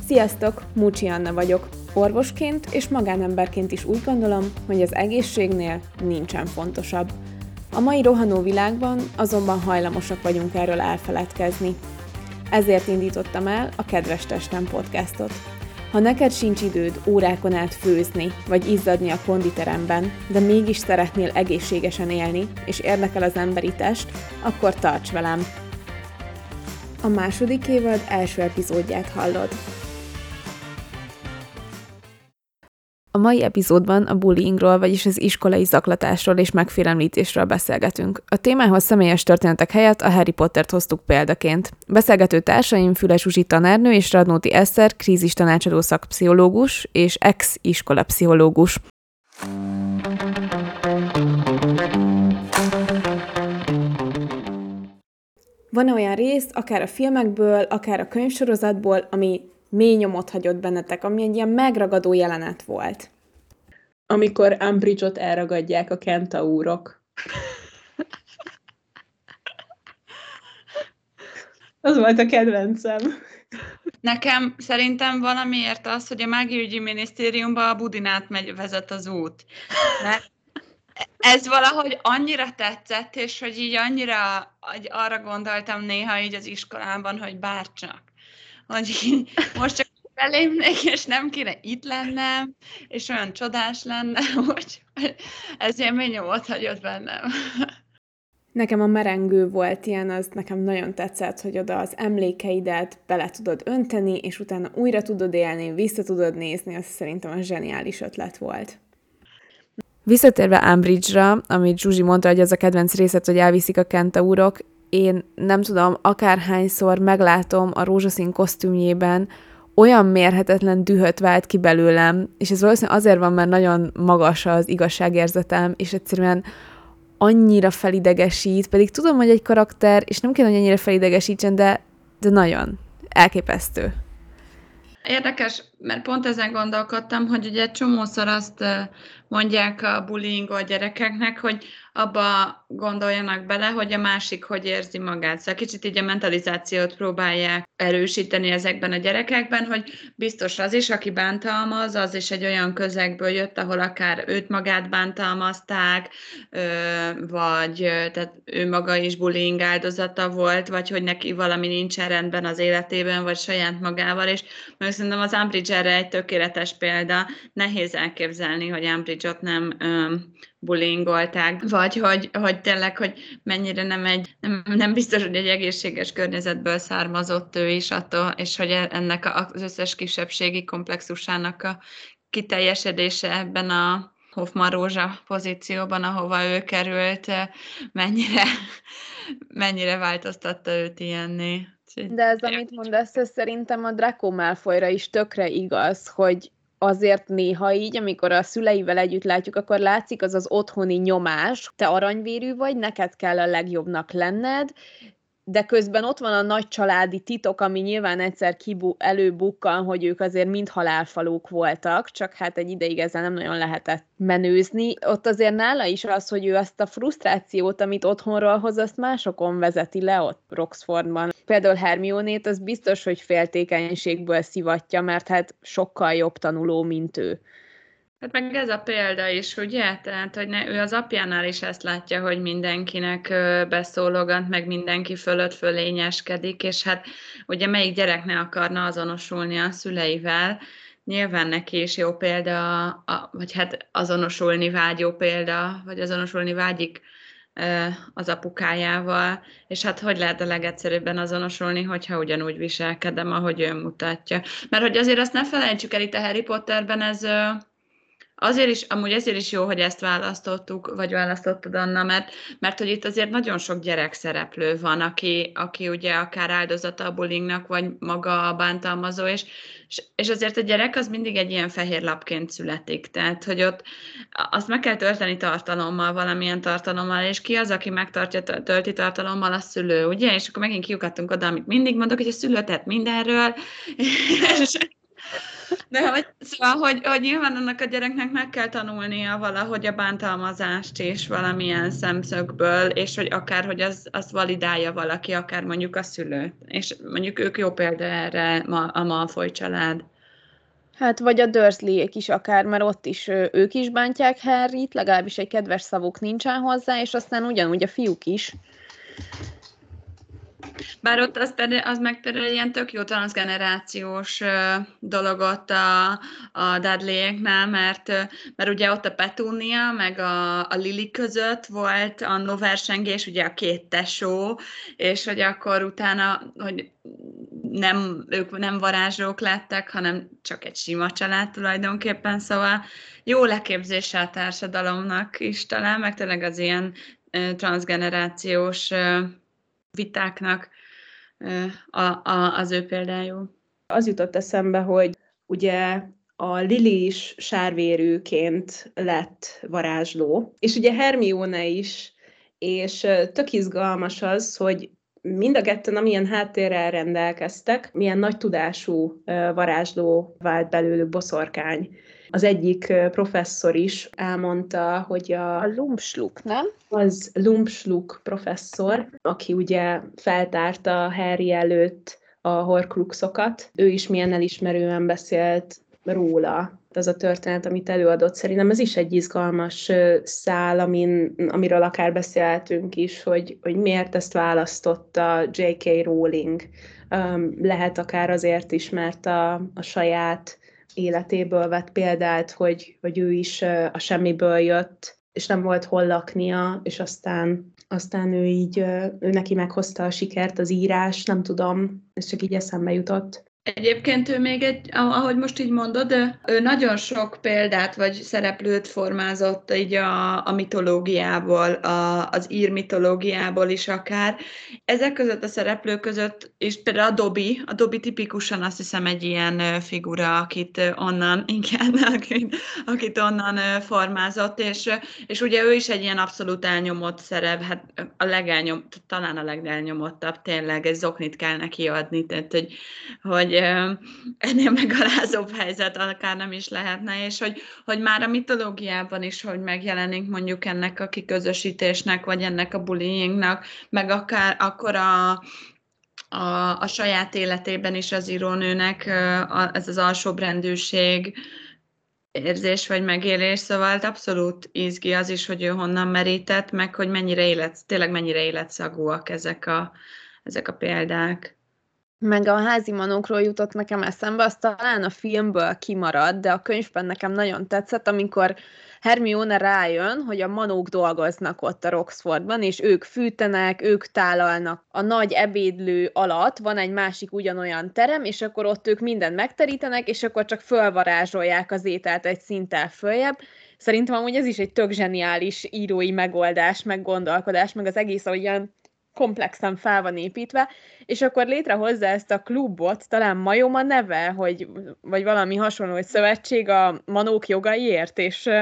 Sziasztok, Múcsi Anna vagyok. Orvosként és magánemberként is úgy gondolom, hogy az egészségnél nincsen fontosabb. A mai rohanó világban azonban hajlamosak vagyunk erről elfeledkezni. Ezért indítottam el a Kedves Testem podcastot. Ha neked sincs időd órákon át főzni, vagy izzadni a konditeremben, de mégis szeretnél egészségesen élni, és érdekel az emberi test, akkor tarts velem! A második évad első epizódját hallod. A mai epizódban a bullyingról, vagyis az iskolai zaklatásról és megfélemlítésről beszélgetünk. A témához személyes történetek helyett a Harry Pottert hoztuk példaként. Beszélgető társaim Füle Zsuzsi tanárnő és Radnóti Eszter krízistanácsadó szakpszichológus és ex-iskolapszichológus. Van olyan rész, akár a filmekből, akár a könyvsorozatból, ami mély nyomot hagyott bennetek, ami egy ilyen megragadó jelenet volt. Amikor Umbridge-ot elragadják a kentaurok. Az volt a kedvencem. Nekem szerintem valamiért az, hogy a mágiaügyi minisztériumban a Budin vezet az út. Mert ez valahogy annyira tetszett, és hogy így annyira arra gondoltam néha így az iskolában, hogy bárcsak. Hogy így, most csak belépnék, és nem kéne itt lennem, és olyan csodás lenne, hogy ez ilyen mély nyomot hagyott bennem. Nekem a merengő volt ilyen, az nekem nagyon tetszett, hogy oda az emlékeidet bele tudod önteni, és utána újra tudod élni, vissza tudod nézni, az szerintem a zseniális ötlet volt. Visszatérve Umbridge-ra, amit Zsuzsi mondta, hogy az a kedvenc részlet, hogy elviszik a kentaurok, én nem tudom, akárhányszor meglátom a rózsaszín kosztümjében, olyan mérhetetlen dühöt vált ki belőlem, és ez valószínűleg azért van, mert nagyon magas az igazságérzetem, és egyszerűen annyira felidegesít, pedig tudom, hogy egy karakter, és nem kell, hogy annyira felidegesítsen, de nagyon elképesztő. Érdekes, mert pont ezen gondolkodtam, hogy ugye csomószor azt mondják a bullyingol gyerekeknek, hogy abba gondoljanak bele, hogy a másik hogy érzi magát. Szóval kicsit így a mentalizációt próbálják erősíteni ezekben a gyerekekben, hogy biztos az is, aki bántalmaz, az is egy olyan közegből jött, ahol akár őt magát bántalmazták, vagy tehát ő maga is bullying áldozata volt, vagy hogy neki valami nincsen rendben az életében, vagy saját magával, és szerintem az Umbridge erre egy tökéletes példa. Nehéz elképzelni, hogy Umbridge-ot nem bullyingolták, vagy hogy tényleg, hogy mennyire nem biztos, hogy egy egészséges környezetből származott ő is attól, és hogy ennek az összes kisebbségi komplexusának a kiteljesedése ebben a Hoffman Rózsa pozícióban, ahova ő került, mennyire változtatta őt ilyenné. De ez, amit mondasz, ez szerintem a Draco Malfoyra is tökre igaz, hogy azért néha így, amikor a szüleivel együtt látjuk, akkor látszik az otthoni nyomás. Te aranyvérű vagy, neked kell a legjobbnak lenned, de közben ott van a nagy családi titok, ami nyilván egyszer előbukkan, hogy ők azért mind halálfalók voltak, csak hát egy ideig ezzel nem nagyon lehetett menőzni. Ott azért nála is az, hogy ő azt a frusztrációt, amit otthonról hoz, azt másokon vezeti le ott Roxfordban. Például Hermionét az biztos, hogy féltékenységből szivatja, mert hát sokkal jobb tanuló, mint ő. Hát meg ez a példa is, ugye? Tehát, hogy ő az apjánál is ezt látja, hogy mindenkinek beszólogat, meg mindenki fölött fölényeskedik, és hát ugye melyik gyerek ne akarna azonosulni a szüleivel, nyilván neki is jó példa, vagy hát azonosulni vágyó példa, vagy azonosulni vágyik az apukájával, és hát hogy lehet a legegyszerűbben azonosulni, hogyha ugyanúgy viselkedem, ahogy ő mutatja. Mert hogy azért azt ne felejtsük el, itt a Harry Potterben ez... Ezért is jó, hogy ezt választottuk, vagy választottad, Anna, mert hogy itt azért nagyon sok gyerekszereplő van, aki ugye akár áldozata a bullyingnak, vagy maga a bántalmazó, és azért a gyerek az mindig egy ilyen fehér lapként születik, tehát hogy ott azt meg kell tölteni tartalommal, valamilyen tartalommal, és ki az, aki tölti tartalommal? A szülő, ugye? És akkor megint kiukadtunk oda, amit mindig mondok, hogy a szülő tett mindenről, Szóval, hogy nyilván annak a gyereknek meg kell tanulnia valahogy a bántalmazást is valamilyen szemszögből, és hogy akár, hogy az validálja valaki, akár mondjuk a szülő. És mondjuk ők jó példa erre a Malfoy család. Hát vagy a Dursleyék is akár, mert ott is ők is bántják Harryt, legalábbis egy kedves szavuk nincsen hozzá, és aztán ugyanúgy a fiúk is. Bár ott az meg például ilyen tök jó transgenerációs dolog ott a Dudleyeknál, mert ugye ott a Petunia meg a Lily között volt annó versengés, ugye a két tesó, és hogy akkor utána, hogy ők nem varázslók lettek, hanem csak egy sima család tulajdonképpen, szóval jó leképzése a társadalomnak is talán, meg tényleg az ilyen transgenerációs vitáknak az ő példájú. Az jutott eszembe, hogy ugye a Lily is sárvérűként lett varázsló, és ugye Hermione is, és tök izgalmas az, hogy mind a ketten, amilyen háttérrel rendelkeztek, milyen nagy tudású varázsló vált belőlük boszorkány. Az egyik professzor is elmondta, hogy a Lumpsluk, nem? Az Lumpsluk professzor, aki ugye feltárta Harry előtt a Horcruxokat. Ő is milyen elismerően beszélt róla. Az a történet, amit előadott. Szerintem ez is egy izgalmas szál, amiről akár beszéltünk is, hogy miért ezt választotta J.K. Rowling. Lehet akár azért is, mert a saját életéből vett példát, hogy ő is a semmiből jött, és nem volt hol laknia, és aztán ő neki meghozta a sikert, az írás, nem tudom, ez csak így eszembe jutott. Egyébként ő még ahogy most így mondod, ő nagyon sok példát vagy szereplőt formázott így a mitológiából, az ír mitológiából is akár. Ezek között a szereplők között, és például a Dobby tipikusan azt hiszem egy ilyen figura, akit onnan formázott, és ugye ő is egy ilyen abszolút elnyomott szerep, hát talán a legelnyomottabb, tényleg egy zoknit kell neki adni, tehát hogy ennél megalázóbb helyzet akár nem is lehetne, és hogy már a mitológiában is, hogy megjelenik mondjuk ennek a kiközösítésnek, vagy ennek a bullyingnak, meg akár akkor a saját életében is az írónőnek ez az alsóbrendűség érzés vagy megélés, szóval abszolút izgi az is, hogy ő honnan merített, meg hogy tényleg mennyire életszagúak ezek a példák. Meg a házi manókról jutott nekem eszembe, az talán a filmből kimaradt, de a könyvben nekem nagyon tetszett, amikor Hermione rájön, hogy a manók dolgoznak ott a Roxfordban, és ők fűtenek, ők tálalnak. A nagy ebédlő alatt van egy másik ugyanolyan terem, és akkor ott ők mindent megterítenek, és akkor csak fölvarázsolják az ételt egy szinttel följebb. Szerintem amúgy ez is egy tök zseniális írói megoldás, meg gondolkodás, meg az egész olyan komplexen fel van építve, és akkor létrehozza ezt a klubot, talán Majom a neve, vagy valami hasonló, hogy szövetség a manók jogaiért,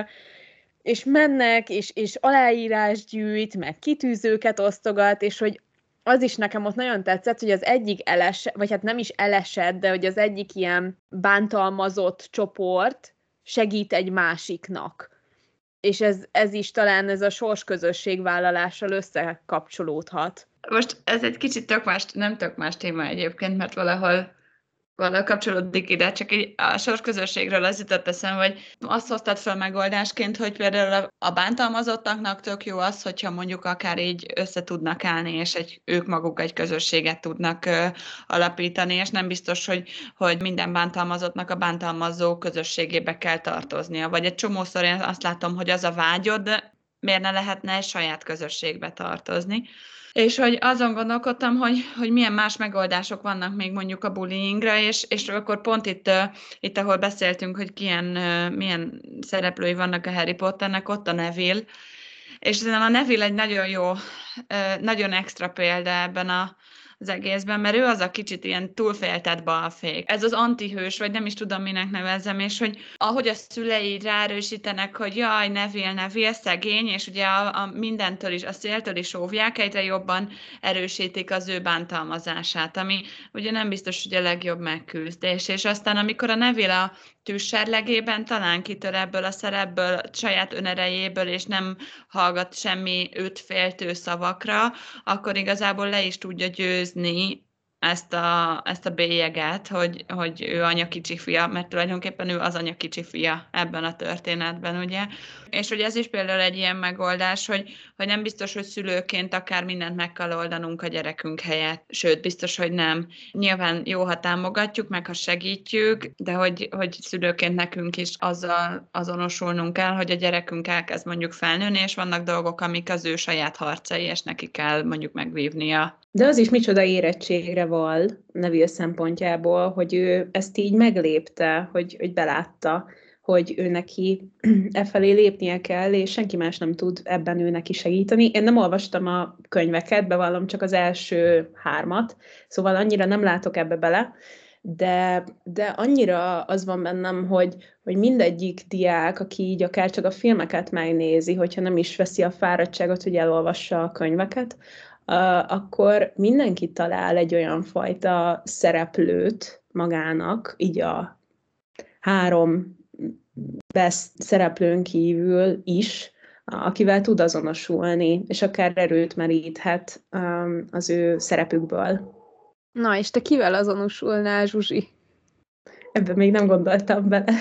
és mennek, és aláírás gyűjt, meg kitűzőket osztogat, és hogy az is nekem ott nagyon tetszett, hogy az egyik vagy hát nem is elesett, de hogy az egyik ilyen bántalmazott csoport segít egy másiknak. És ez is talán ez a sorsközösségvállalással összekapcsolódhat. Most ez egy kicsit nem tök más téma egyébként, mert valahol kapcsolódik ide, csak így a sorsközösségről az jutott eszembe, hogy azt hoztad fel megoldásként, hogy például a bántalmazottaknak tök jó az, hogyha mondjuk akár így össze tudnak állni, és ők maguk egy közösséget tudnak alapítani, és nem biztos, hogy minden bántalmazottnak a bántalmazó közösségébe kell tartoznia. Vagy egy csomószor én azt látom, hogy az a vágyod, de miért ne lehetne egy saját közösségbe tartozni. És hogy azon gondolkodtam, hogy milyen más megoldások vannak még mondjuk a bullyingra, és akkor pont itt, ahol beszéltünk, hogy milyen szereplői vannak a Harry Potternek, ott a Neville. És a Neville egy nagyon jó, nagyon extra példa ebben az egészben, mert ő az a kicsit ilyen túlféltett balfék. Ez az antihős, vagy nem is tudom, minek nevezzem, és hogy ahogy a szülei ráerősítenek, hogy jaj, Neville, szegény, és ugye a mindentől is, a széltől is óvják, egyre jobban erősítik az ő bántalmazását, ami ugye nem biztos, hogy a legjobb megküzdés. És aztán, amikor a Neville tűzserlegében talán kitör ebből a szerepből, saját önerejéből, és nem hallgat semmi őt féltő szavakra, akkor igazából le is tudja győzni ezt a bélyeget, hogy ő anya kicsi fia, mert tulajdonképpen ő az anya kicsi fia ebben a történetben, ugye? És hogy ez is például egy ilyen megoldás, hogy nem biztos, hogy szülőként akár mindent meg kell oldanunk a gyerekünk helyett. Sőt, biztos, hogy nem. Nyilván jó, ha támogatjuk, meg ha segítjük, de hogy szülőként nekünk is azzal azonosulnunk kell, hogy a gyerekünk elkezd mondjuk felnőni, és vannak dolgok, amik az ő saját harcai, és neki kell mondjuk megvívnia. De az is micsoda érettségre val Neville szempontjából, hogy ő ezt így meglépte, hogy belátta, hogy ő neki felé lépnie kell, és senki más nem tud ebben ő neki segíteni. Én nem olvastam a könyveket, bevallom csak az első 3, szóval annyira nem látok ebbe bele, de annyira az van bennem, hogy mindegyik diák, aki így akár csak a filmeket megnézi, hogyha nem is veszi a fáradtságot, hogy elolvassa a könyveket, akkor mindenki talál egy olyan fajta szereplőt magának, így a 3 best szereplőn kívül is, akivel tud azonosulni, és akár erőt meríthet az ő szerepükből. Na, és te kivel azonosulnál, Zsuzsi? Ebben még nem gondoltam bele.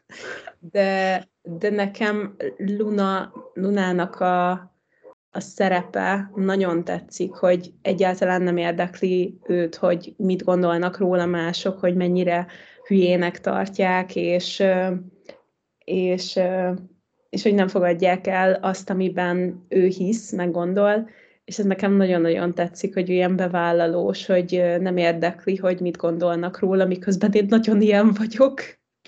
De nekem Lunának a szerepe nagyon tetszik, hogy egyáltalán nem érdekli őt, hogy mit gondolnak róla mások, hogy mennyire hülyének tartják, és hogy nem fogadják el azt, amiben ő hisz, meg gondol, és ez nekem nagyon-nagyon tetszik, hogy ilyen bevállalós, hogy nem érdekli, hogy mit gondolnak róla, miközben én nagyon ilyen vagyok.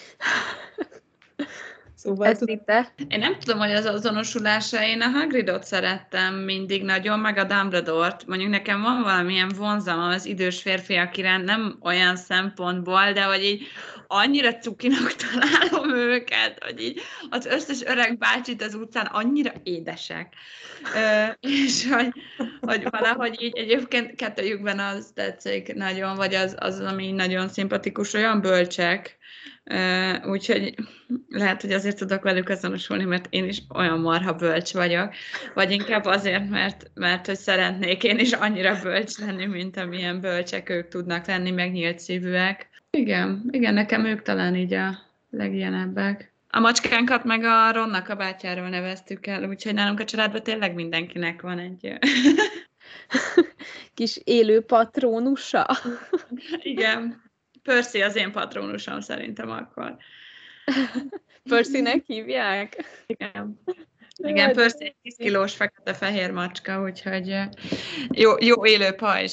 Szóval én nem tudom, hogy az azonosulása, én a Hagridot szerettem mindig nagyon, meg a Dumbledore-t. Mondjuk nekem van valamilyen vonzalom az idős férfiak iránt, nem olyan szempontból, de hogy így annyira cukinak találom őket, hogy így az összes öreg bácsit az utcán annyira édesek. És hogy valahogy így egyébként kettőjükben az tetszik nagyon, vagy az ami nagyon szimpatikus, olyan bölcsek, úgyhogy lehet, hogy azért tudok velük azonosulni, mert én is olyan marha bölcs vagyok, vagy inkább azért, mert hogy szeretnék én is annyira bölcs lenni, mint amilyen bölcsek ők tudnak lenni, meg nyílt szívűek. Igen, nekem ők talán így a legilyenebbek. A macskánkat meg a Ronnak a bátyjáról neveztük el, úgyhogy nálunk a családban tényleg mindenkinek van egy kis élő patrónusa. Igen. Percy az én patrónusom szerintem akkor. Percynek hívják? Igen, Percy egy 10 kilós fekete-fehér macska, úgyhogy jó élő pajzs.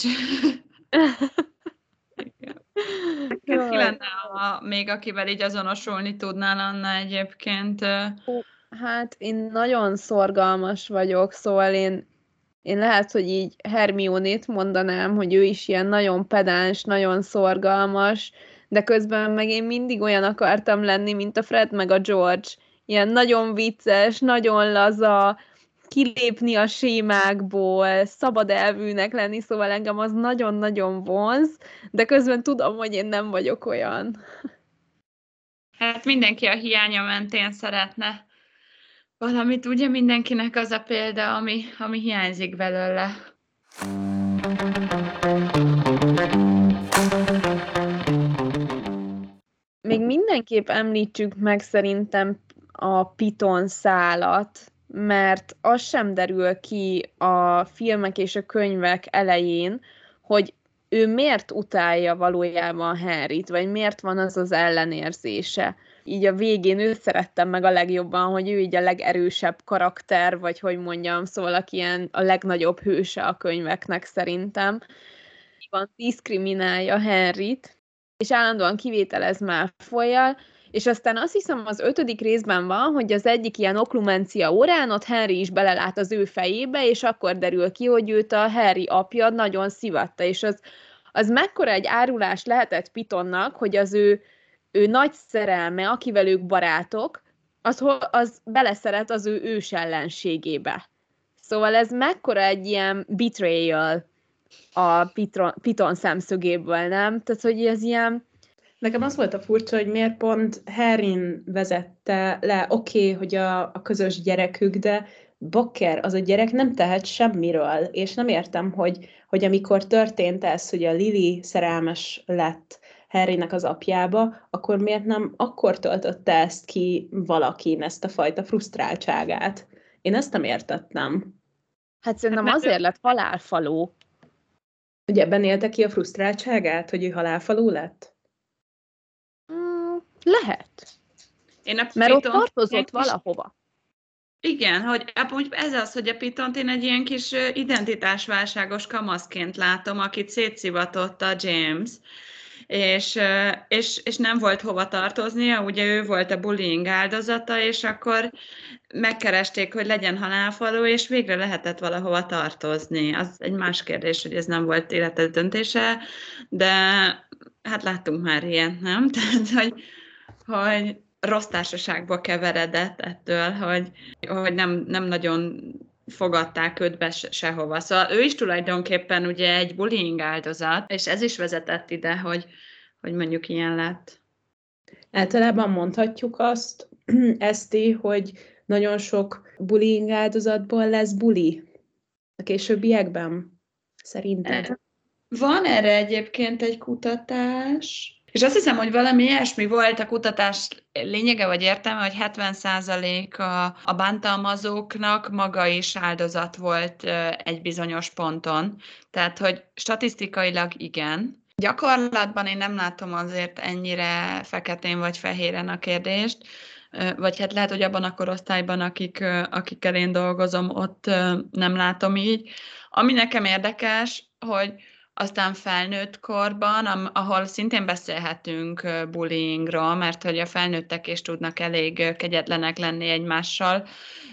Ki lenne még, akivel így azonosulni tudnál, Anna, egyébként? Hát én nagyon szorgalmas vagyok, szóval én lehet, hogy így Hermione-t mondanám, hogy ő is ilyen nagyon pedáns, nagyon szorgalmas, de közben meg én mindig olyan akartam lenni, mint a Fred meg a George. Ilyen nagyon vicces, nagyon laza, kilépni a sémákból, szabad elvűnek lenni, szóval engem az nagyon-nagyon vonz, de közben tudom, hogy én nem vagyok olyan. Hát mindenki a hiánya mentén szeretne valamit, ugye mindenkinek az a példa, ami hiányzik belőle. Még mindenképp említsük meg szerintem a Piton szálat, mert az sem derül ki a filmek és a könyvek elején, hogy ő miért utálja valójában Harryt, vagy miért van az az ellenérzése. Így a végén őt szerettem meg a legjobban, hogy ő így a legerősebb karakter, vagy hogy mondjam, szóval aki ilyen a legnagyobb hőse a könyveknek szerintem. Van, diszkriminálja Harryt, és állandóan kivételez Malfoyjal, és aztán azt hiszem az 5. részben van, hogy az egyik ilyen oklumencia órán ott Harry is belelát az ő fejébe, és akkor derül ki, hogy őt a Harry apja nagyon szivatta, és az mekkora egy árulás lehetett Pitonnak, hogy az ő nagy szerelme, akivel ők barátok, az beleszeret az ő ős ellenségébe. Szóval ez mekkora egy ilyen betrayal a Piton szemszögéből, nem? Tehát, hogy ez ilyen Nekem az volt a furcsa, hogy miért pont Harryn vezette le, oké, hogy a közös gyerekük, de bakker, az a gyerek nem tehet semmiről, és nem értem, hogy amikor történt ez, hogy a Lily szerelmes lett Harrynek az apjába, akkor miért nem akkor töltötte ezt ki valakin, ezt a fajta frusztráltságát? Én ezt nem értettem. Hát szerintem azért lett halálfaló. Ugye ebben élte ki a frusztráltságát, hogy ő halálfalú lett? Lehet. Mert ott tartozott valahova. Igen, hogy amúgy ez az, hogy a Pitont én egy ilyen kis identitásválságos kamaszként látom, akit szétszivatott a James, és nem volt hova tartoznia, ugye ő volt a bullying áldozata, és akkor megkeresték, hogy legyen halálfaló, és végre lehetett valahova tartozni. Az egy más kérdés, hogy ez nem volt életed döntése, de hát láttunk már ilyet, nem? Tehát, hogy rossz társaságba keveredett ettől, hogy nem nagyon fogadták őt be sehova. Szóval ő is tulajdonképpen ugye egy bullying áldozat, és ez is vezetett ide, hogy mondjuk ilyen lett. Általában mondhatjuk azt, Eszti, hogy nagyon sok bullying áldozatból lesz buli a későbbiekben, szerinted? Van erre egyébként egy kutatás, és azt hiszem, hogy valami ilyesmi volt a kutatás lényege vagy értelme, hogy 70% a bántalmazóknak maga is áldozat volt egy bizonyos ponton. Tehát, hogy statisztikailag igen. Gyakorlatban én nem látom azért ennyire feketén vagy fehéren a kérdést, vagy hát lehet, hogy abban a korosztályban, akikkel én dolgozom, ott nem látom így. Ami nekem érdekes, hogy aztán felnőtt korban, ahol szintén beszélhetünk bullyingról, mert hogy a felnőttek is tudnak elég kegyetlenek lenni egymással,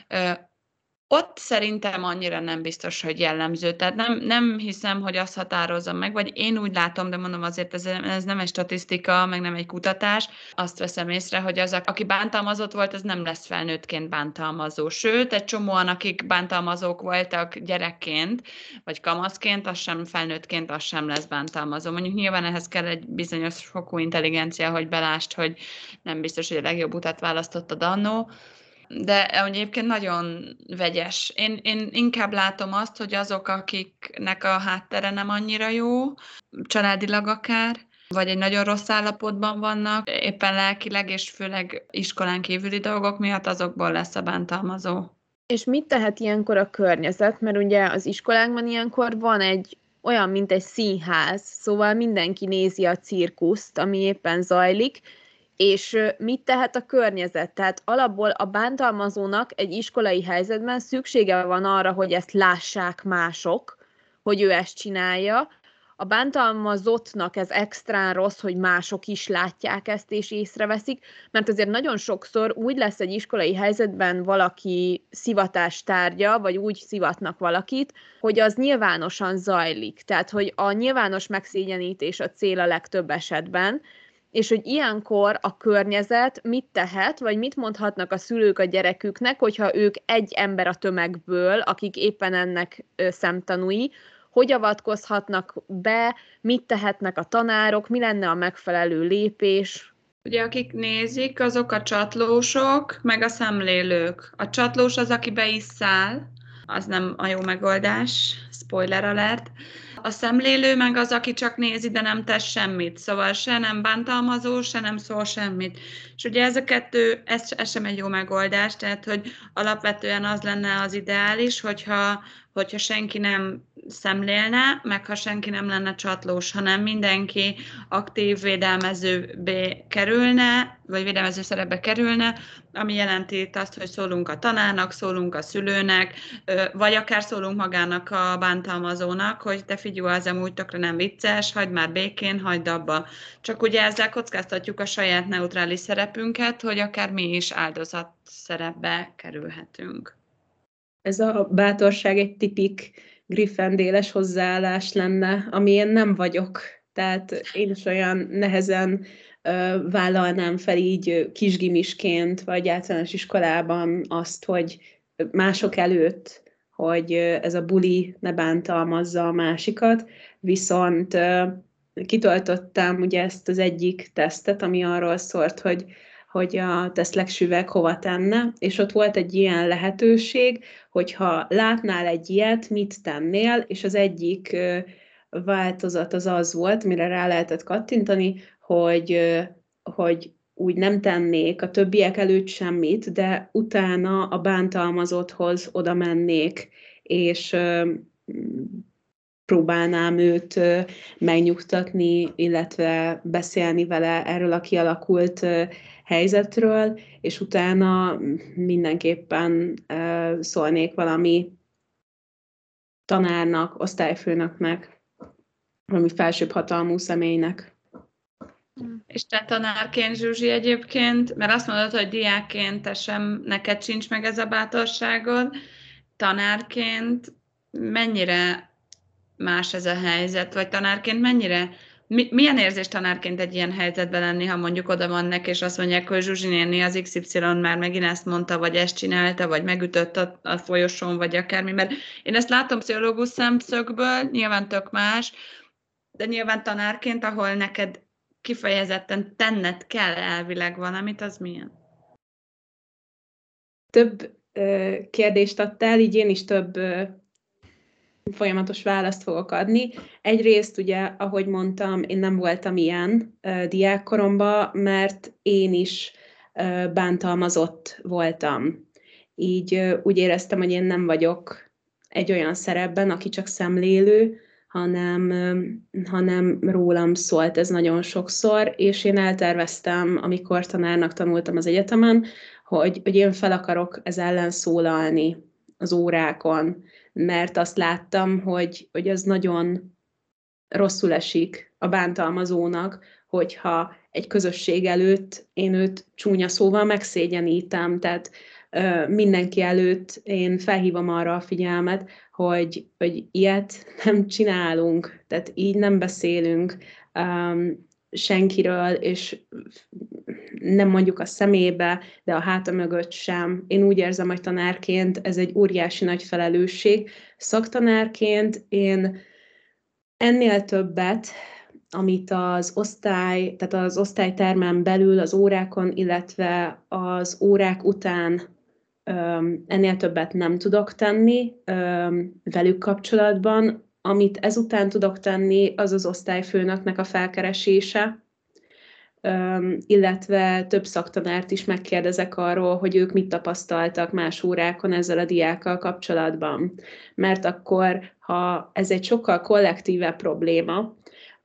ott szerintem annyira nem biztos, hogy jellemző. Tehát nem hiszem, hogy azt határozza meg, vagy én úgy látom, de mondom azért ez nem egy statisztika, meg nem egy kutatás. Azt veszem észre, hogy az, aki bántalmazott volt, az nem lesz felnőttként bántalmazó. Sőt, egy csomóan, akik bántalmazók voltak gyerekként, vagy kamaszként, az sem felnőttként, az sem lesz bántalmazó. Mondjuk nyilván ehhez kell egy bizonyos fokú intelligencia, hogy belást, hogy nem biztos, hogy a legjobb utat választottad annó, de egyébként nagyon vegyes. Én inkább látom azt, hogy azok, akiknek a háttere nem annyira jó, családilag akár, vagy egy nagyon rossz állapotban vannak, éppen lelkileg, és főleg iskolán kívüli dolgok miatt, azokból lesz a bántalmazó. És mit tehet ilyenkor a környezet? Mert ugye az iskolánkban ilyenkor van egy olyan, mint egy színház, szóval mindenki nézi a cirkuszt, ami éppen zajlik, és mit tehet a környezet? Tehát alapból a bántalmazónak egy iskolai helyzetben szüksége van arra, hogy ezt lássák mások, hogy ő ezt csinálja. A bántalmazottnak ez extrán rossz, hogy mások is látják ezt és észreveszik, mert azért nagyon sokszor úgy lesz egy iskolai helyzetben valaki szivatás tárgya, vagy úgy szivatnak valakit, hogy az nyilvánosan zajlik. Tehát, hogy a nyilvános megszégyenítés a cél a legtöbb esetben, és hogy ilyenkor a környezet mit tehet, vagy mit mondhatnak a szülők a gyereküknek, hogyha ők egy ember a tömegből, akik éppen ennek szemtanúi, hogy avatkozhatnak be, mit tehetnek a tanárok, mi lenne a megfelelő lépés. Ugye akik nézik, azok a csatlósok, meg a szemlélők. A csatlós az, aki be is száll, az nem a jó megoldás, spoiler alert. A szemlélő meg az, aki csak nézi, de nem tesz semmit. Szóval se nem bántalmazó, se nem szól semmit. És ugye ez a kettő, ez sem egy jó megoldás, tehát hogy alapvetően az lenne az ideális, hogyha senki nem szemlélne, meg ha senki nem lenne csatlós, hanem mindenki aktív védelmezőbe kerülne, vagy védelmező szerepbe kerülne, ami jelenti azt, hogy szólunk a tanárnak, szólunk a szülőnek, vagy akár szólunk magának a bántalmazónak, hogy te figyelj, az amúgy tökre nem vicces, hagyd már békén, hagyd abba. Csak ugye ezzel kockáztatjuk a saját neutrális szerepünket, hogy akár mi is áldozat szerepbe kerülhetünk. Ez a bátorság egy tipik Griffendéles hozzáállás lenne, ami én nem vagyok. Tehát én is olyan nehezen vállalnám fel így kisgimisként, vagy általános iskolában azt, hogy mások előtt, hogy ez a buli ne bántalmazza a másikat, viszont kitöltöttem ugye ezt az egyik tesztet, ami arról szólt, hogy a tesztlegsüveg hova tenne, és ott volt egy ilyen lehetőség, hogyha látnál egy ilyet, mit tennél, és az egyik változat az volt, mire rá lehetett kattintani, hogy úgy nem tennék a többiek előtt semmit, de utána a bántalmazotthoz oda mennék, és próbálnám őt megnyugtatni, illetve beszélni vele erről a kialakult helyzetről, és utána mindenképpen szólnék valami tanárnak, osztályfőnöknek, valami felsőbb hatalmú személynek. És te tanárként, Zsuzsi, egyébként, mert azt mondod, hogy diákként te sem, neked sincs meg ez a bátorságod, tanárként mennyire más ez a helyzet, vagy tanárként mennyire, milyen érzés tanárként egy ilyen helyzetben lenni, ha mondjuk oda vannak, és azt mondják, hogy Zsuzsi néni az XY már megint ezt mondta, vagy ezt csinálta, vagy megütött a folyosón, vagy akármi, mert én ezt látom pszichológus szemszögből, nyilván tök más, de nyilván tanárként, ahol neked kifejezetten tenned kell elvileg valamit, az milyen? Több kérdést adtál, így én is több folyamatos választ fogok adni. Egyrészt ugye, ahogy mondtam, én nem voltam ilyen diákkoromban, mert én is bántalmazott voltam. Így úgy éreztem, hogy én nem vagyok egy olyan szerepben, aki csak szemlélő, hanem rólam szólt ez nagyon sokszor, és én elterveztem, amikor tanárnak tanultam az egyetemen, hogy én fel akarok ez ellen szólalni az órákon, mert azt láttam, hogy az nagyon rosszul esik a bántalmazónak, hogyha egy közösség előtt én őt csúnya szóval megszégyenítem, tehát mindenki előtt én felhívom arra a figyelmet, hogy ilyet nem csinálunk, tehát így nem beszélünk senkiről, és nem mondjuk a szemébe, de a háta mögött sem. Én úgy érzem, hogy tanárként ez egy óriási nagy felelősség. Szaktanárként én ennél többet, amit az osztály, tehát az osztálytermen belül, az órákon, illetve az órák után ennél többet nem tudok tenni velük kapcsolatban. Amit ezután tudok tenni, az az osztályfőnöknek a felkeresése, illetve több szaktanárt is megkérdezek arról, hogy ők mit tapasztaltak más órákon ezzel a diákkal kapcsolatban. Mert akkor, ha ez egy sokkal kollektívebb probléma,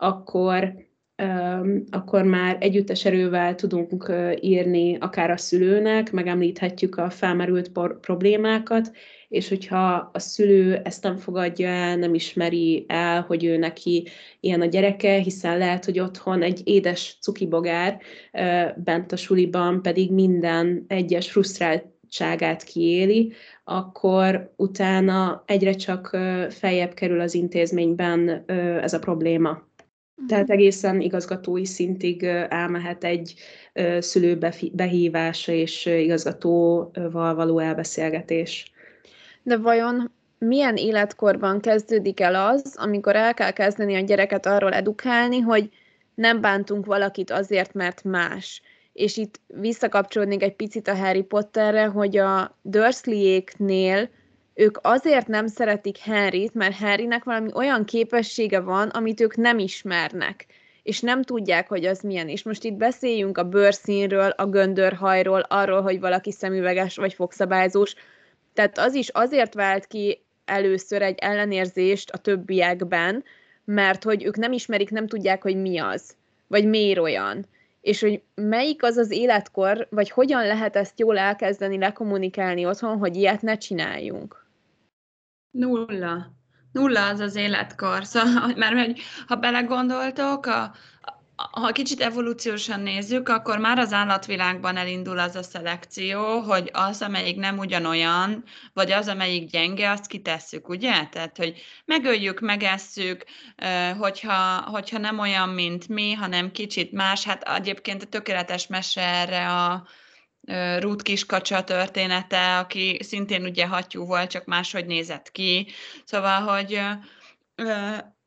akkor már együttes erővel tudunk írni akár a szülőnek, megemlíthetjük a felmerült problémákat, és hogyha a szülő ezt nem fogadja el, nem ismeri el, hogy ő neki ilyen a gyereke, hiszen lehet, hogy otthon egy édes cukibogár, bent a suliban pedig minden egyes frusztráltságát kiéli, akkor utána egyre csak feljebb kerül az intézményben ez a probléma. Tehát egészen igazgatói szintig elmehet egy szülő behívása és igazgatóval való elbeszélgetés. De vajon milyen életkorban kezdődik el az, amikor el kell kezdeni a gyereket arról edukálni, hogy nem bántunk valakit azért, mert más? És itt visszakapcsolódnék egy picit a Harry Potterre, hogy a Dursleyéknél ők azért nem szeretik Harryt, mert Harrynek valami olyan képessége van, amit ők nem ismernek, és nem tudják, hogy az milyen. És most itt beszéljünk a bőrszínről, a göndörhajról, arról, hogy valaki szemüveges vagy fogszabályzós. Tehát az is azért vált ki először egy ellenérzést a többiekben, mert hogy ők nem ismerik, nem tudják, hogy mi az, vagy miért olyan. És hogy melyik az az életkor, vagy hogyan lehet ezt jól elkezdeni lekommunikálni otthon, hogy ilyet ne csináljunk? 0. 0 az az életkor. Szóval, mert ha belegondoltok, ha kicsit evolúciósan nézzük, akkor már az állatvilágban elindul az a szelekció, hogy az, amelyik nem ugyanolyan, vagy az, amelyik gyenge, azt kitesszük, ugye? Tehát, hogy megöljük, megesszük, hogyha nem olyan, mint mi, hanem kicsit más. Hát egyébként a tökéletes mese erre a Ruth Kiskacsa története, aki szintén ugye hattyú volt, csak máshogy nézett ki. Szóval, hogy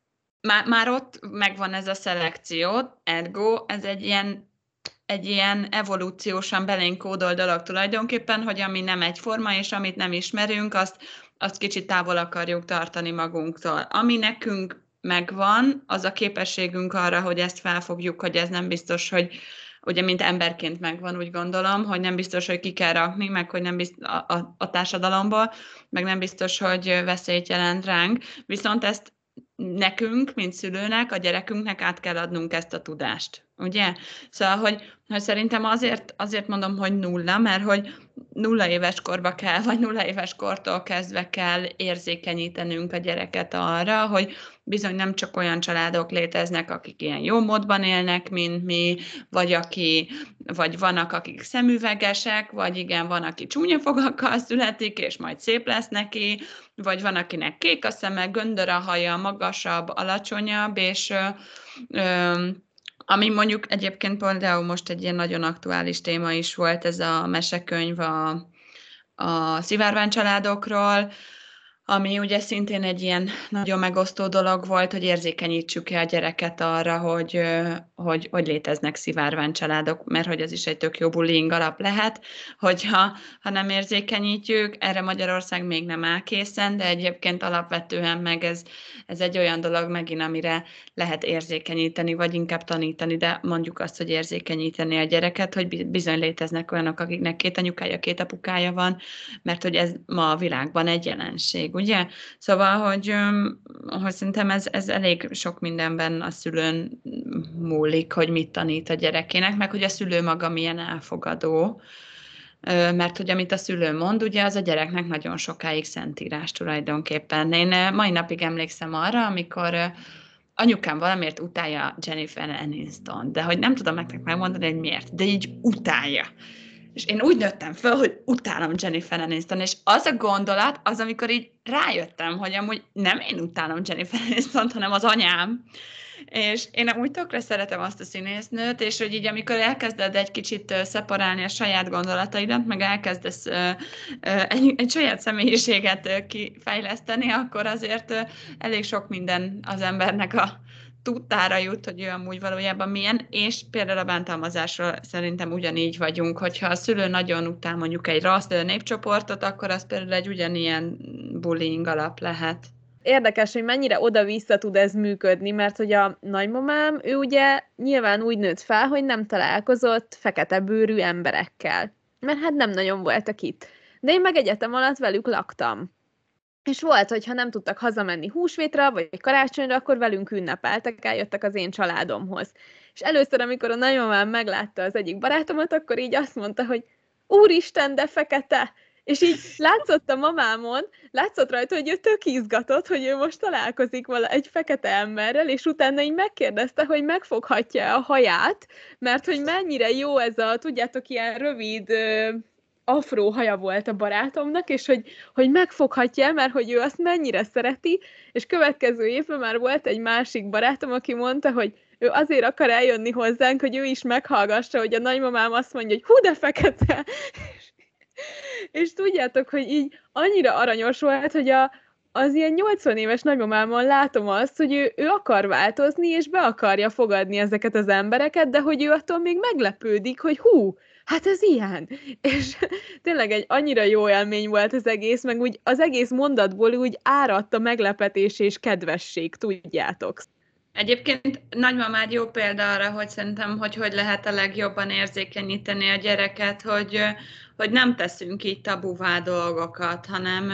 már ott megvan ez a szelekció, ergo ez egy ilyen evolúciósan belénk kódol dolog tulajdonképpen, hogy ami nem egyforma, és amit nem ismerünk, azt kicsit távol akarjuk tartani magunktól. Ami nekünk megvan, az a képességünk arra, hogy ezt felfogjuk, hogy ez nem biztos, hogy ugye, mint emberként megvan, úgy gondolom, hogy nem biztos, hogy ki kell rakni, meg hogy nem biztos a társadalomból, meg nem biztos, hogy veszélyt jelent ránk. Viszont ezt nekünk, mint szülőnek, a gyerekünknek át kell adnunk ezt a tudást. Ugye? Szóval, hogy szerintem azért mondom, hogy 0, mert hogy 0 éves korba kell, vagy 0 éves kortól kezdve kell érzékenyítenünk a gyereket arra, hogy bizony nem csak olyan családok léteznek, akik ilyen jó módban élnek, mint mi, vagy vannak, akik szemüvegesek, vagy igen, van, aki csúnya fogakkal születik, és majd szép lesz neki, vagy van, akinek kék a szeme, göndör a haja, magasabb, alacsonyabb, és ami mondjuk egyébként például most egy ilyen nagyon aktuális téma is volt, ez a mesekönyv a szivárványcsaládokról, ami ugye szintén egy ilyen nagyon megosztó dolog volt, hogy érzékenyítsük-e a gyereket arra, hogy léteznek szivárványcsaládok, mert hogy ez is egy tök jó bullying alap lehet, hogyha nem érzékenyítjük, erre Magyarország még nem áll készen, de egyébként alapvetően meg ez egy olyan dolog megint, amire lehet érzékenyíteni, vagy inkább tanítani, de mondjuk azt, hogy érzékenyíteni a gyereket, hogy bizony léteznek olyanok, akiknek 2 anyukája, 2 apukája van, mert hogy ez ma a világban egy jelenség. Ugye? Szóval, hogy szerintem ez elég sok mindenben a szülőn múlik, hogy mit tanít a gyerekének, meg hogy a szülő maga milyen elfogadó, mert hogy amit a szülő mond, ugye az a gyereknek nagyon sokáig szentírás tulajdonképpen. Én mai napig emlékszem arra, amikor anyukám valamiért utálja Jennifer Aniston, de hogy nem tudom nektek megmondani, hogy miért, de így utálja. És én úgy nőttem föl, hogy utálom Jennifer Aniston, és az a gondolat, az amikor így rájöttem, hogy amúgy nem én utálom Jennifer Anistont, hanem az anyám. És én amúgy tökre szeretem azt a színésznőt, és hogy így amikor elkezded egy kicsit szeparálni a saját gondolataidat, meg elkezdesz egy saját személyiséget kifejleszteni, akkor azért elég sok minden az embernek a tudtára jut, hogy ő amúgy valójában milyen, és például a bántalmazásról szerintem ugyanígy vagyunk, hogyha a szülő nagyon utál mondjuk egy rassz népcsoportot, akkor az például egy ugyanilyen bullying alap lehet. Érdekes, hogy mennyire oda-vissza tud ez működni, mert hogy a nagymamám, ő ugye nyilván úgy nőtt fel, hogy nem találkozott fekete bőrű emberekkel, mert hát nem nagyon voltak itt. De én meg egyetem alatt velük laktam. És volt, hogyha nem tudtak hazamenni húsvétra, vagy karácsonyra, akkor velünk ünnepeltek, eljöttek az én családomhoz. És először, amikor a nagymamám meglátta az egyik barátomat, akkor így azt mondta, hogy úristen, de fekete! És így látszott a mamámon, látszott rajta, hogy ő tök izgatott, hogy ő most találkozik egy fekete emberrel, és utána így megkérdezte, hogy megfoghatja a haját, mert hogy mennyire jó ez a, tudjátok, ilyen rövid afró haja volt a barátomnak, és hogy megfoghatja, mert hogy ő azt mennyire szereti, és következő évben már volt egy másik barátom, aki mondta, hogy ő azért akar eljönni hozzánk, hogy ő is meghallgassa, hogy a nagymamám azt mondja, hogy hú, de fekete! És tudjátok, hogy így annyira aranyos volt, hogy az ilyen 80 éves nagymamámon látom azt, hogy ő akar változni, és be akarja fogadni ezeket az embereket, de hogy ő attól még meglepődik, hogy hú, hát ez ilyen. És tényleg egy annyira jó élmény volt az egész, meg úgy az egész mondatból úgy áradt a meglepetés és kedvesség, tudjátok. Egyébként nagymamád jó példa arra, hogy szerintem, hogy lehet a legjobban érzékenyíteni a gyereket, hogy nem teszünk így tabuvá dolgokat,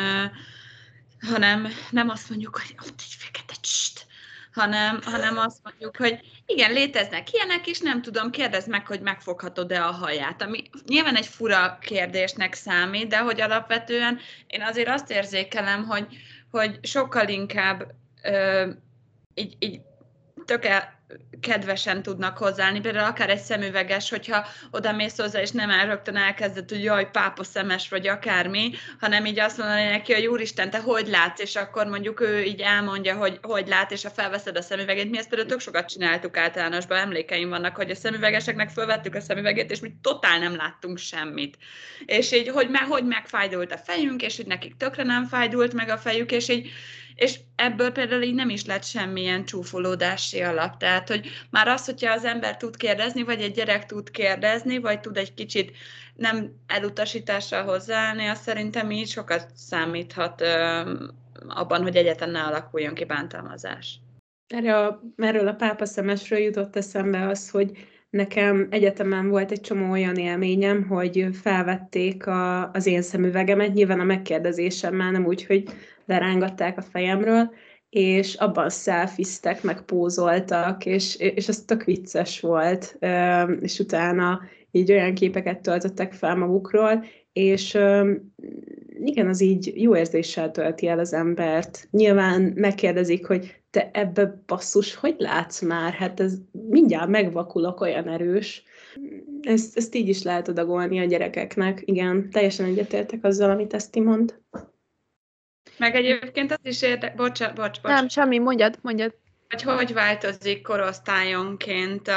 hanem nem azt mondjuk, hogy ott egy fekete csst, hanem azt mondjuk, hogy igen, léteznek ilyenek, és nem tudom, kérdezd meg, hogy megfoghatod-e a haját. Ami nyilván egy fura kérdésnek számít, de hogy alapvetően én azért azt érzékelem, hogy sokkal inkább így kedvesen tudnak hozzáállni, például akár egy szemüveges, hogyha oda mész hozzá, és nem rögtön elkezded, hogy jaj, pápa szemes vagy akármi, hanem így azt mondani neki, hogy úristen, te hogy látsz, és akkor mondjuk ő így elmondja, hogy lát, és ha felveszed a szemüveget, mi ezt például tök sokat csináltuk általánosban, emlékeim vannak, hogy a szemüvegeseknek fölvettük a szemüvegét, és mi totál nem láttunk semmit. És így, hogy megfájdult a fejünk, és hogy nekik tökre nem fájdult meg a fejük, és így és ebből például így nem is lett semmilyen csúfolódási alap. Tehát, hogy már az, hogyha az ember tud kérdezni, vagy egy gyerek tud kérdezni, vagy tud egy kicsit nem elutasítással hozzáállni, az szerintem így sokat számíthat abban, hogy egyáltalán ne alakuljon ki bántalmazás. Erről a pápa szemesről jutott eszembe az, hogy nekem egyetemen volt egy csomó olyan élményem, hogy felvették az én szemüvegemet, nyilván a megkérdezésemmel, nem úgy, hogy lerángatták a fejemről, és abban szelfiztek, meg pózoltak, és ez tök vicces volt, és utána így olyan képeket töltöttek fel magukról, és igen, az így jó érzéssel tölti el az embert. Nyilván megkérdezik, hogy te ebbe basszus, hogy látsz már? Hát ez mindjárt megvakulok, olyan erős. Ezt így is lehet adagolni a gyerekeknek. Igen, teljesen egyetértek azzal, amit Eszti mond. Meg egyébként az is bocs. Nem, semmi, mondjad. Hogy változik korosztályonként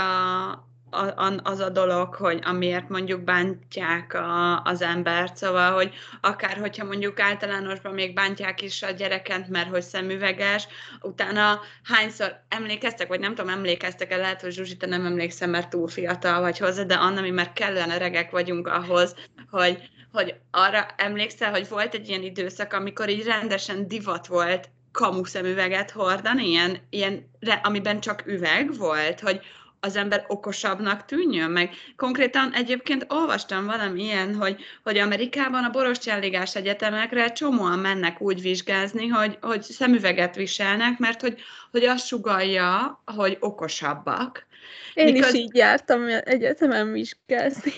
az a dolog, hogy amiért mondjuk bántják az embert, szóval, hogy akár hogyha mondjuk általánosban még bántják is a gyereket, mert hogy szemüveges, utána hányszor emlékeztek, vagy nem tudom, emlékeztek-e, lehet, hogy Zsuzsi, te nem emlékszem, mert túl fiatal vagy hozzá, de Anna, mi már kellően öregek vagyunk ahhoz, hogy arra emlékszel, hogy volt egy ilyen időszak, amikor így rendesen divat volt kamuszemüveget hordani, ilyen, amiben csak üveg volt, hogy az ember okosabbnak tűnjön meg. Konkrétan egyébként olvastam valamilyen, hogy Amerikában a borostyánligás egyetemekre csomóan mennek úgy vizsgázni, hogy szemüveget viselnek, mert hogy azt sugallja, hogy okosabbak. Én is így jártam egyetemen vizsgázni.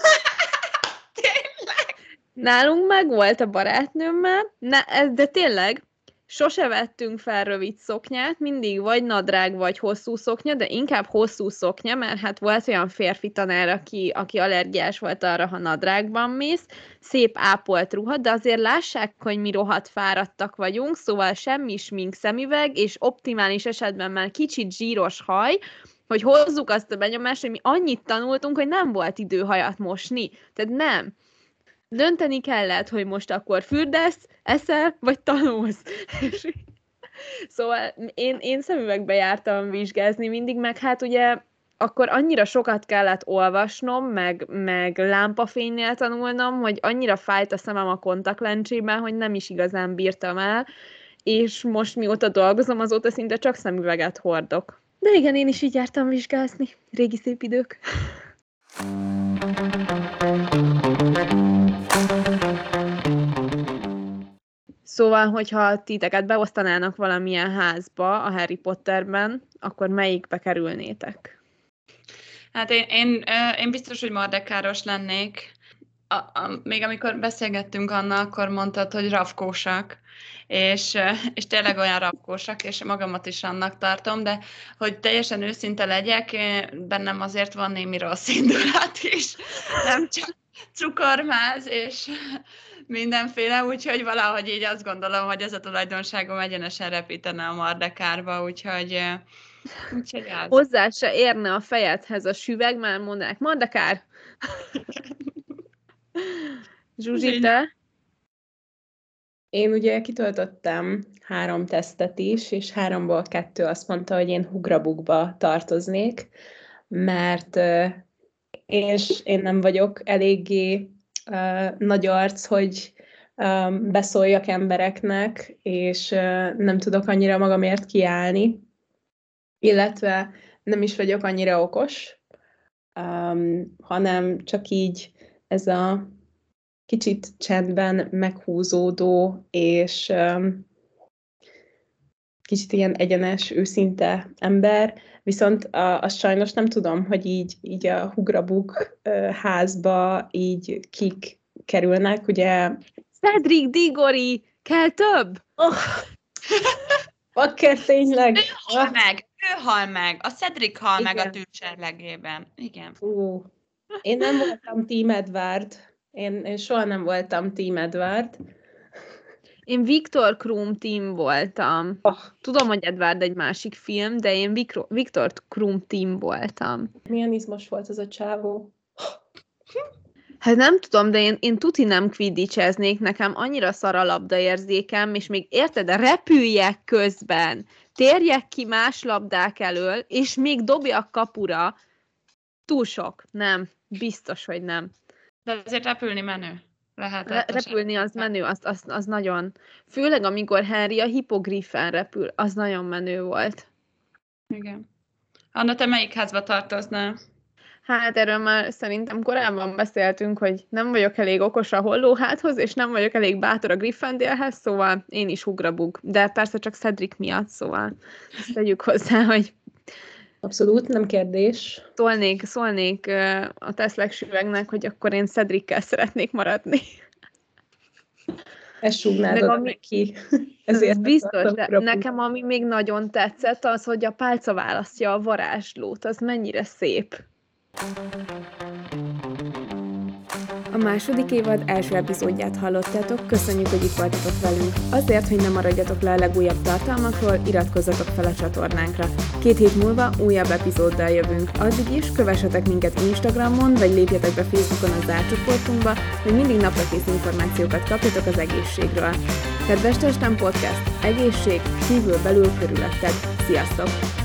Tényleg? Nálunk meg volt a barátnőmmel, de tényleg, sose vettünk fel rövid szoknyát, mindig vagy nadrág, vagy hosszú szoknya, de inkább hosszú szoknya, mert hát volt olyan férfi tanár, aki allergiás volt arra, ha nadrágban mész, szép ápolt ruha, de azért lássák, hogy mi rohadt fáradtak vagyunk, szóval semmi smink, szemüveg, és optimális esetben már kicsit zsíros haj, hogy hozzuk azt a benyomást, hogy mi annyit tanultunk, hogy nem volt idő hajat mosni. Tehát nem. Dönteni kellett, hogy most akkor fürdesz, eszel, vagy tanulsz. Szóval én szemüvegbe jártam vizsgázni mindig, meg hát ugye akkor annyira sokat kellett olvasnom, meg lámpafénynél tanulnom, hogy annyira fájt a szemem a kontaktlencsében, hogy nem is igazán bírtam el, és most mióta dolgozom, azóta szinte csak szemüveget hordok. De igen, én is így jártam vizsgázni. Régi szép idők. Szóval, hogyha titeket beosztanának valamilyen házba a Harry Potterben, akkor melyikbe kerülnétek? Hát én biztos, hogy mardekáros lennék. Még amikor beszélgettünk Anna, akkor mondtad, hogy rafkósak, és tényleg olyan rafkósak, és magamat is annak tartom, de hogy teljesen őszinte legyek, bennem azért van némi rossz indulat is, nem csak cukormáz, és mindenféle, úgyhogy valahogy így azt gondolom, hogy ez a tulajdonságom egyenesen repítene a mardekárba, úgyhogy az. Hozzá se érne a fejedhez a süveg, már mondanák, mardekár! Zsuzsi, te? Én ugye kitöltöttem 3 tesztet is, és 3-ból 2 azt mondta, hogy én Hugrabukba tartoznék, mert én nem vagyok eléggé nagy arc, hogy beszóljak embereknek, és nem tudok annyira magamért kiállni, illetve nem is vagyok annyira okos, hanem csak így ez a kicsit csendben meghúzódó, és kicsit ilyen egyenes, őszinte ember, viszont azt sajnos nem tudom, hogy így a Hugrabuk házba így kik kerülnek, ugye... Cedric Diggory! Kell több? Bakker, tényleg! Ő hal meg! A Cedric hal Igen. meg a tűzserlegében. Igen. Én nem voltam Team Edward. Én soha nem voltam Team Edward. Én Viktor Krum Team voltam. Tudom, hogy Edward egy másik film, de én Viktor Krum Team voltam. Milyen izmos volt az a csávó? Hát nem tudom, de én tuti nem quidditcheznék, nekem annyira szar a labdaérzékem, és még érted, repüljek közben, térjek ki más labdák elől, és még dobjak kapura. Túl sok. Nem. Biztos, hogy nem. De azért repülni menő. Repülni az menő, az nagyon. Főleg, amikor Harry a hipogriffen repül, az nagyon menő volt. Igen. Anna, te melyik házba tartoznál? Hát erről már szerintem korábban beszéltünk, hogy nem vagyok elég okos a hollóháthoz, és nem vagyok elég bátor a Gryffindorhez, szóval én is ugrabug. De persze csak Cedric miatt, szóval ezt tegyük hozzá, hogy Abszolút, nem kérdés. szólnék a Teszlegsüvegnek, hogy akkor én Cedrickel szeretnék maradni. Ezt súgnád oda neki. Ez biztos, de nekem ami még nagyon tetszett, az, hogy a pálca választja a varázslót. Az mennyire szép. A második évad első epizódját hallottátok, köszönjük, hogy itt voltatok velünk. Azért, hogy ne maradjatok le a legújabb tartalmakról, iratkozzatok fel a csatornánkra. 2 hét múlva újabb epizóddal jövünk. Addig is kövessetek minket Instagramon, vagy lépjetek be Facebookon a zárt csoportunkba, hogy mindig naprakész információkat kapjatok az egészségről. Kedves Testem Podcast, egészség, kívül belül körülötted. Sziasztok!